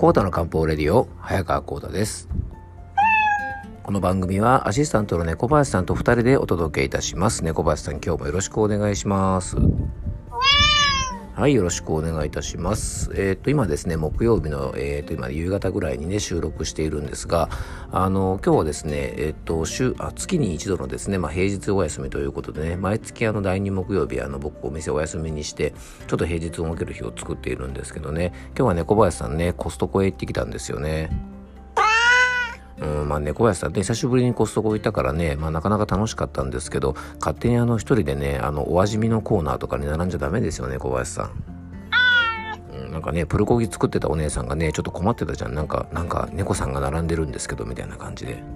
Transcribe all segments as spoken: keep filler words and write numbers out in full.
コータの漢方レディオ、早川コータです。この番組はアシスタントの猫林さんとふたりでお届けいたします。猫林さん、今日もよろしくお願いします。はい、よろしくお願いいたします。えっ、と今ですね、木曜日の、えー、と今夕方ぐらいにね収録しているんですが、あの今日はですね、えっ、と週あ月に一度のですね、まあ、平日お休みということでね、毎月あのだいに木曜日あの僕お店お休みにしてちょっと平日を設ける日を作っているんですけどね、今日は猫林さんねコストコへ行ってきたんですよね。うん、まあ猫林さんね久しぶりにコストコ行ったからね、まあ、なかなか楽しかったんですけど、勝手にあの一人でねあのお味見のコーナーとかに並んじゃダメですよね、小林さん。うん、なんかねプルコギ作ってたお姉さんがねちょっと困ってたじゃん。なんかなんか猫さんが並んでるんですけどみたいな感じで。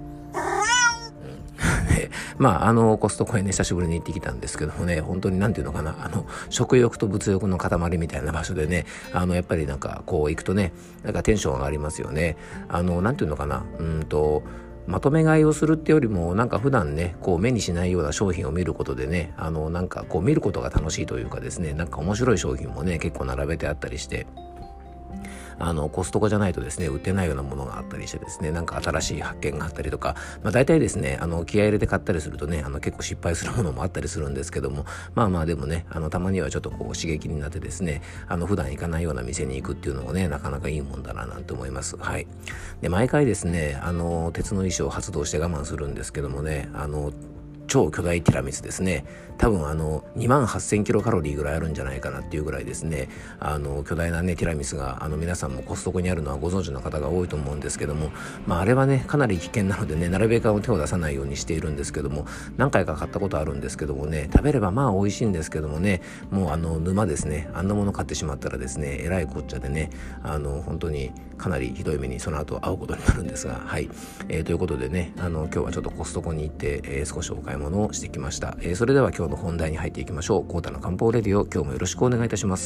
ね、まああのコストコへね久しぶりに行ってきたんですけどもね、本当になんていうのかな、あの食欲と物欲の塊みたいな場所でね、あのやっぱりなんかこう行くとねなんかテンション上がりますよね。あのなんていうのかな、うんとまとめ買いをするってよりもなんか普段ねこう目にしないような商品を見ることでね、あのなんかこう見ることが楽しいというかですね、なんか面白い商品もね結構並べてあったりして、あのコストコじゃないとですね売ってないようなものがあったりしてですね、なんか新しい発見があったりとか、まあ大体ですねあの気合い入れて買ったりするとねあの結構失敗するものもあったりするんですけども、まあまあでもねあのたまにはちょっとこう刺激になってですね、あの普段行かないような店に行くっていうのもねなかなかいいもんだななんて思います。はい。で毎回ですねあの鉄の意志を発動して我慢するんですけどもね、あの超巨大ティラミスですね、多分あのにまんはっせんキロカロリーぐらいあるんじゃないかなっていうぐらいですね、あの巨大なねティラミスがあの皆さんもコストコにあるのはご存知の方が多いと思うんですけども、まああれはねかなり危険なのでねなるべく手を出さないようにしているんですけども、何回か買ったことあるんですけどもね、食べればまあ美味しいんですけどもね、もうあの沼ですね、あんなもの買ってしまったらですねえらいこっちゃでね、あの本当にかなりひどい目にその後会うことになるんですが、はい、えー、ということでね、あの今日はちょっとコストコに行って、えー、少しお買い物をしてきました。えー、それでは今日の本題に入っていきましょう。コータの漢方レディオ、今日もよろしくお願いいたします。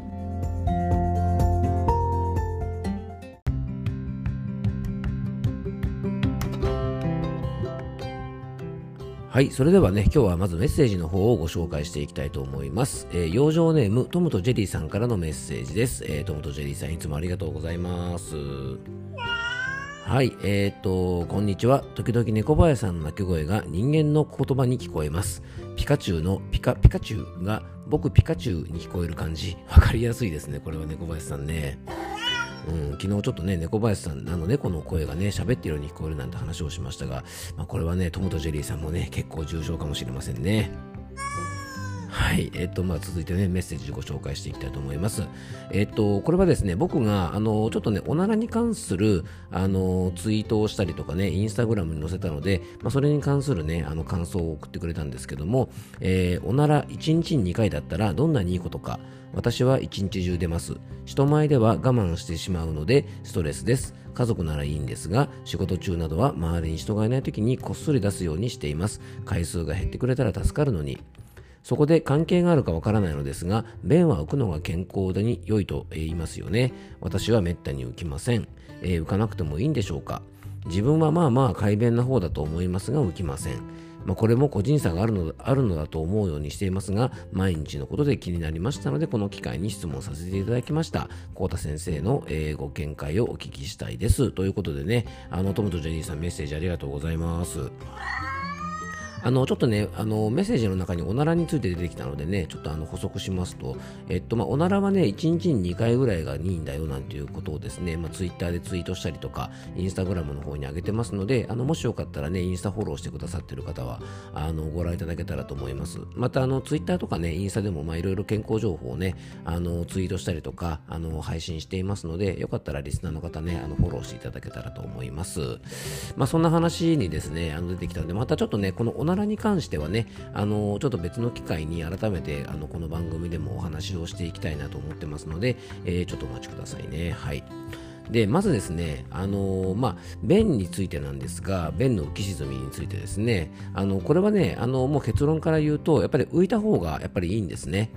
はい、それではね今日はまずメッセージの方をご紹介していきたいと思います。えー、養生ネームトムとジェリーさんからのメッセージです。えー、トムとジェリーさんいつもありがとうございます。はい、えーとこんにちは。時々猫林さんの鳴き声が人間の言葉に聞こえます。ピカチュウのピカピカチュウが僕ピカチュウに聞こえる感じ、わかりやすいですね。これは猫林さんね。うん、昨日ちょっとね猫林さんあの猫の声がね喋っているように聞こえるなんて話をしましたが、まあ、これはねトムとジェリーさんもね結構重症かもしれませんね。はい、えっとまあ続いてねメッセージご紹介していきたいと思います。えっとこれはですね僕があのちょっとねおならに関するあのツイートをしたりとかねインスタグラムに載せたので、まあ、それに関するねあの感想を送ってくれたんですけども、えー、おならいちにちににかいだったらどんなにいいことか。私は一日中出ます。人前では我慢してしまうのでストレスです。家族ならいいんですが、仕事中などは周りに人がいない時にこっそり出すようにしています。回数が減ってくれたら助かるのに。そこで関係があるかわからないのですが、便は浮くのが健康に良いと言いますよね。私はめったに浮きません。えー、浮かなくてもいいんでしょうか。自分はまあまあ快便な方だと思いますが浮きません。まあ、これも個人差があるの、あるのだと思うようにしていますが、毎日のことで気になりましたのでこの機会に質問させていただきました。コウタ先生の、えー、ご見解をお聞きしたいですということでね、あのトムとジェリーさんメッセージありがとうございます。あのちょっとねあのメッセージの中におならについて出てきたのでねちょっとあの補足しますと、えっとまあおならはねいちにちににかいぐらいがいいんだよなんていうことをですね、まあ、ツイッターでツイートしたりとかインスタグラムの方に上げてますので、あのもしよかったらねインスタフォローしてくださってる方はあのご覧いただけたらと思います。またあのツイッターとかねインスタでもまあいろいろ健康情報をねあのツイートしたりとかあの配信していますので、よかったらリスナーの方ねあのフォローしていただけたらと思います。まあそんな話にですねあの出てきたので、またちょっとねこのおならに関してはねね、あのちょっと別の機会に改めてあのこの番組でもお話をしていきたいなと思ってますので、えー、ちょっとお待ちくださいね。はい。でまずですね、あのーまあ、便についてなんですが、便の浮き沈みについてですね、あのこれはねあのもう結論から言うとやっぱり浮いた方がやっぱりいいんですね。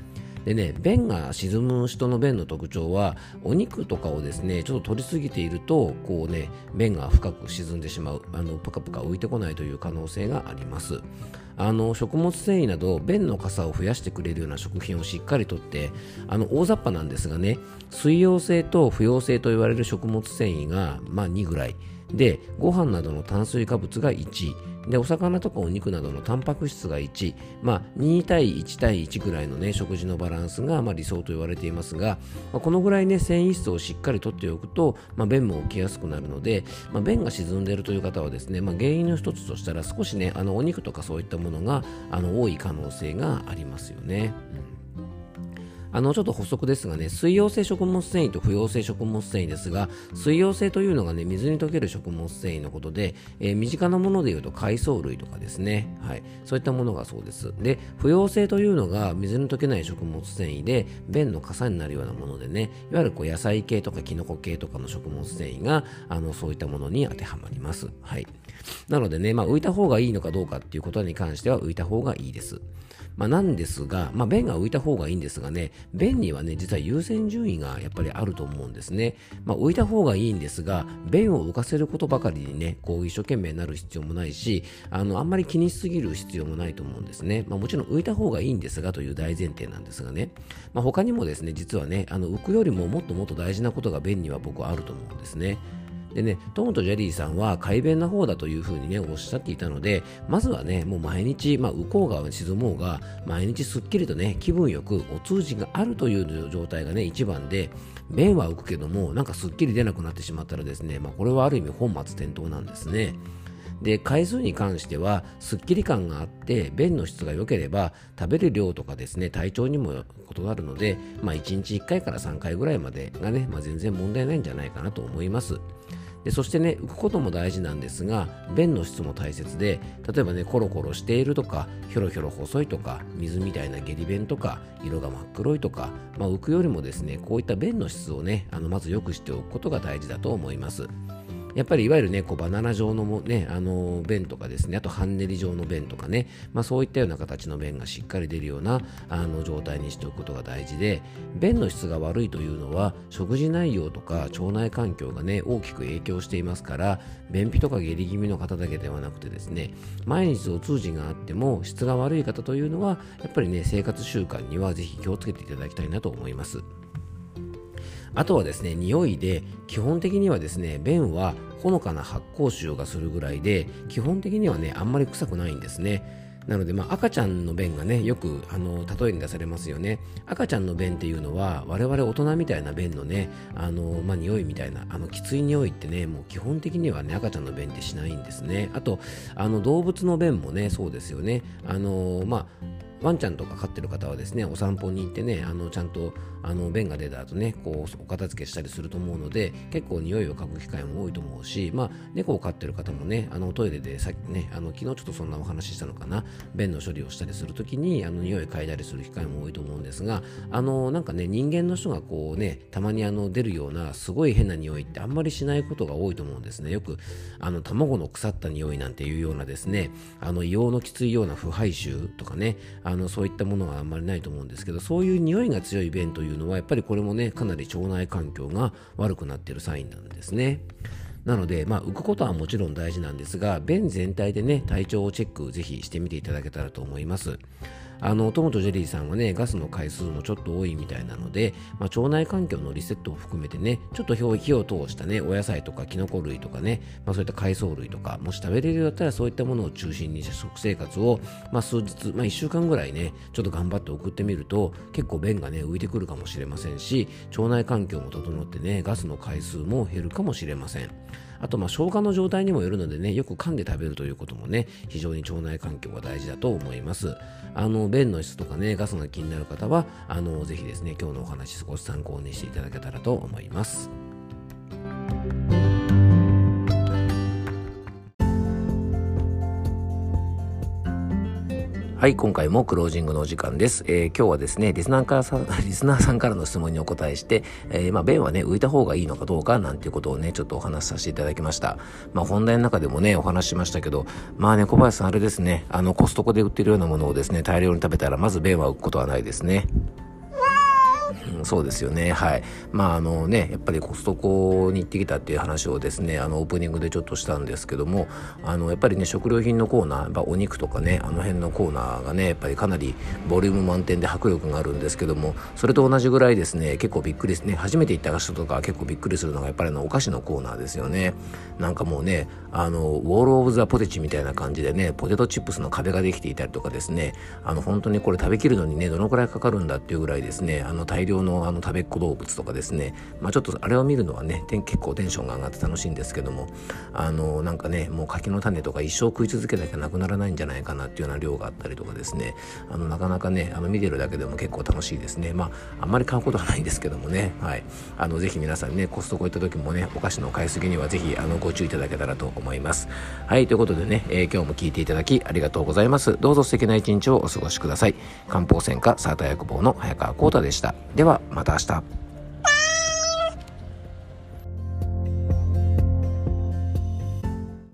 でね、便が沈む人の便の特徴は、お肉とかをですねちょっと取りすぎているとこうね便が深く沈んでしまう、あのプカプカ浮いてこないという可能性があります。あの食物繊維など便の傘を増やしてくれるような食品をしっかりとって、あの大雑把なんですがね、水溶性と不溶性と言われる食物繊維が、まあ、にぐらいで、ご飯などの炭水化物がいちで、お魚とかお肉などのタンパク質がいち、まあ、に対いち対いちぐらいの、ね、食事のバランスが、まあ、理想と言われていますが、まあ、このぐらい、ね、繊維質をしっかりとっておくと、まあ、便も起きやすくなるので、まあ、便が沈んでいるという方はですね、まあ、原因の一つとしたら少し、ね、あのお肉とかそういったものがあの多い可能性がありますよね。うんあのちょっと補足ですがね、水溶性食物繊維と不溶性食物繊維ですが、水溶性というのがね、水に溶ける食物繊維のことで、えー、身近なものでいうと海藻類とかですね、はい、そういったものがそうです。で、不溶性というのが水に溶けない食物繊維で、便の傘になるようなものでね、いわゆるこう野菜系とかキノコ系とかの食物繊維があのそういったものに当てはまります。はい。なのでね、まあ、浮いた方がいいのかどうかっていうことに関しては浮いた方がいいです。まあ、なんですが、まあ、便が浮いた方がいいんですがね、便にはね、実は優先順位がやっぱりあると思うんですね。まあ、浮いた方がいいんですが、便を浮かせることばかりにね、こう一生懸命なる必要もないし、あの、あんまり気にしすぎる必要もないと思うんですね。まあ、もちろん浮いた方がいいんですがという大前提なんですがね、まあ、他にもですね、実はね、あの浮くよりももっともっと大事なことが便には僕はあると思うんですね。でね、トムとジェリーさんは快便な方だというふうにねおっしゃっていたので、まずはねもう毎日、まあ、浮こうが沈もうが毎日すっきりとね気分よくお通じがあるという状態がね一番で、便は浮くけどもなんかすっきり出なくなってしまったらですね、まあ、これはある意味本末転倒なんですね。で、回数に関してはすっきり感があって便の質が良ければ食べる量とかですね体調にも異なるので、まあ、いちにちいっかいからさんかいぐらいまでがね、まあ、全然問題ないんじゃないかなと思います。でそしてね浮くことも大事なんですが、便の質も大切で、例えばねコロコロしているとかひょろひょろ細いとか水みたいな下痢便とか色が真っ黒いとか、まあ、浮くよりもですねこういった便の質をねあのまず良くしておくことが大事だと思います。やっぱりいわゆるねこうバナナ状のも、ね、あの便とかですね、あと半練り状の便とかね、まあ、そういったような形の便がしっかり出るようなあの状態にしておくことが大事で、便の質が悪いというのは食事内容とか腸内環境がね大きく影響していますから、便秘とか下痢気味の方だけではなくてですね、毎日お通じがあっても質が悪い方というのはやっぱりね生活習慣にはぜひ気をつけていただきたいなと思います。あとはですね、匂いで基本的にはですね、便はほのかな発酵臭がするぐらいで、基本的にはね、あんまり臭くないんですね。なので、まあ、赤ちゃんの便がね、よくあの例えに出されますよね。赤ちゃんの便っていうのは、我々大人みたいな便のね、あの、まあ、匂いみたいな、あの、きつい匂いってね、もう基本的にはね、赤ちゃんの便ってしないんですね。あと、あの、動物の便もね、そうですよね。あの、まあ、ワンちゃんとか飼ってる方はですね、お散歩に行ってね、あのちゃんとあの便が出た後ね、こうお片付けしたりすると思うので、結構匂いを嗅ぐ機会も多いと思うし、まあ猫を飼ってる方もね、あのトイレでさっきね、あの昨日ちょっとそんなお話ししたのかな、便の処理をしたりするときにあの匂い嗅いだりする機会も多いと思うんですが、あのなんかね人間の人がこうね、たまにあの出るようなすごい変な匂いってあんまりしないことが多いと思うんですね。よくあの卵の腐った匂いなんていうようなですね、あの硫黄のきついような腐敗臭とかね、あのそういったものはあんまりないと思うんですけど、そういう匂いが強い便というのはやっぱりこれもねかなり腸内環境が悪くなっているサインなんですね。なので、まあ、浮くことはもちろん大事なんですが、便全体でね体調をチェックぜひしてみていただけたらと思います。あのトムとジェリーさんはねガスの回数もちょっと多いみたいなので、まあ、腸内環境のリセットを含めてねちょっと火を通したねお野菜とかキノコ類とかね、まあ、そういった海藻類とかもし食べれるようだったらそういったものを中心に食生活を、まあ、数日、まあ、いっしゅうかんぐらいねちょっと頑張って送ってみると結構便がね浮いてくるかもしれませんし、腸内環境も整ってねガスの回数も減るかもしれません。あとまあ消化の状態にもよるのでね、よく噛んで食べるということもね非常に腸内環境が大事だと思います。あの便の質とかねガスが気になる方はあのぜひですね今日のお話少し参考にしていただけたらと思います。はい、今回もクロージングのお時間です。えー、今日はですね、リスナーからさ、リスナーさんからの質問にお答えして、えー、まあ、便はね、浮いた方がいいのかどうかなんていうことをね、ちょっとお話しさせていただきました。まあ、本題の中でもね、お話ししましたけど、まあね、小林さんあれですね、あの、コストコで売ってるようなものをですね、大量に食べたら、まず便は浮くことはないですね。 うん、そうですよね。はい。まああのね、やっぱりコストコに行ってきたっていう話をですね、あのオープニングでちょっとしたんですけども、あのやっぱりね、食料品のコーナー、やっぱお肉とかね、あの辺のコーナーがね、やっぱりかなりボリューム満点で迫力があるんですけども、それと同じぐらいですね、結構びっくりですね、初めて行った人とか結構びっくりするのがやっぱりのお菓子のコーナーですよね。なんかもうね、あのウォールオブザポテチみたいな感じでね、ポテトチップスの壁ができていたりとかですね、あの本当にこれ食べきるのにね、どのくらいかかるんだっていうぐらいですね、あの大量のあの食べっ子動物とかですね、まあちょっとあれを見るのはね、結構テンションが上がって楽しいんですけども、あのなんかね、もう柿の種とか一生食い続けなきゃなくならないんじゃないかなっていうような量があったりとかですね、あのなかなかね、あの見てるだけでも結構楽しいですね。まああんまり買うことはないんですけどもね、はい、あのぜひ皆さんね、コストコ行った時もね、お菓子の買いすぎにはぜひあのご注意いただけたらと思います。はい、ということでね、えー、今日も聞いていただきありがとうございます。どうぞ素敵な一日をお過ごしください。漢方専科サーター薬房の早川浩太でした。ではまた明日。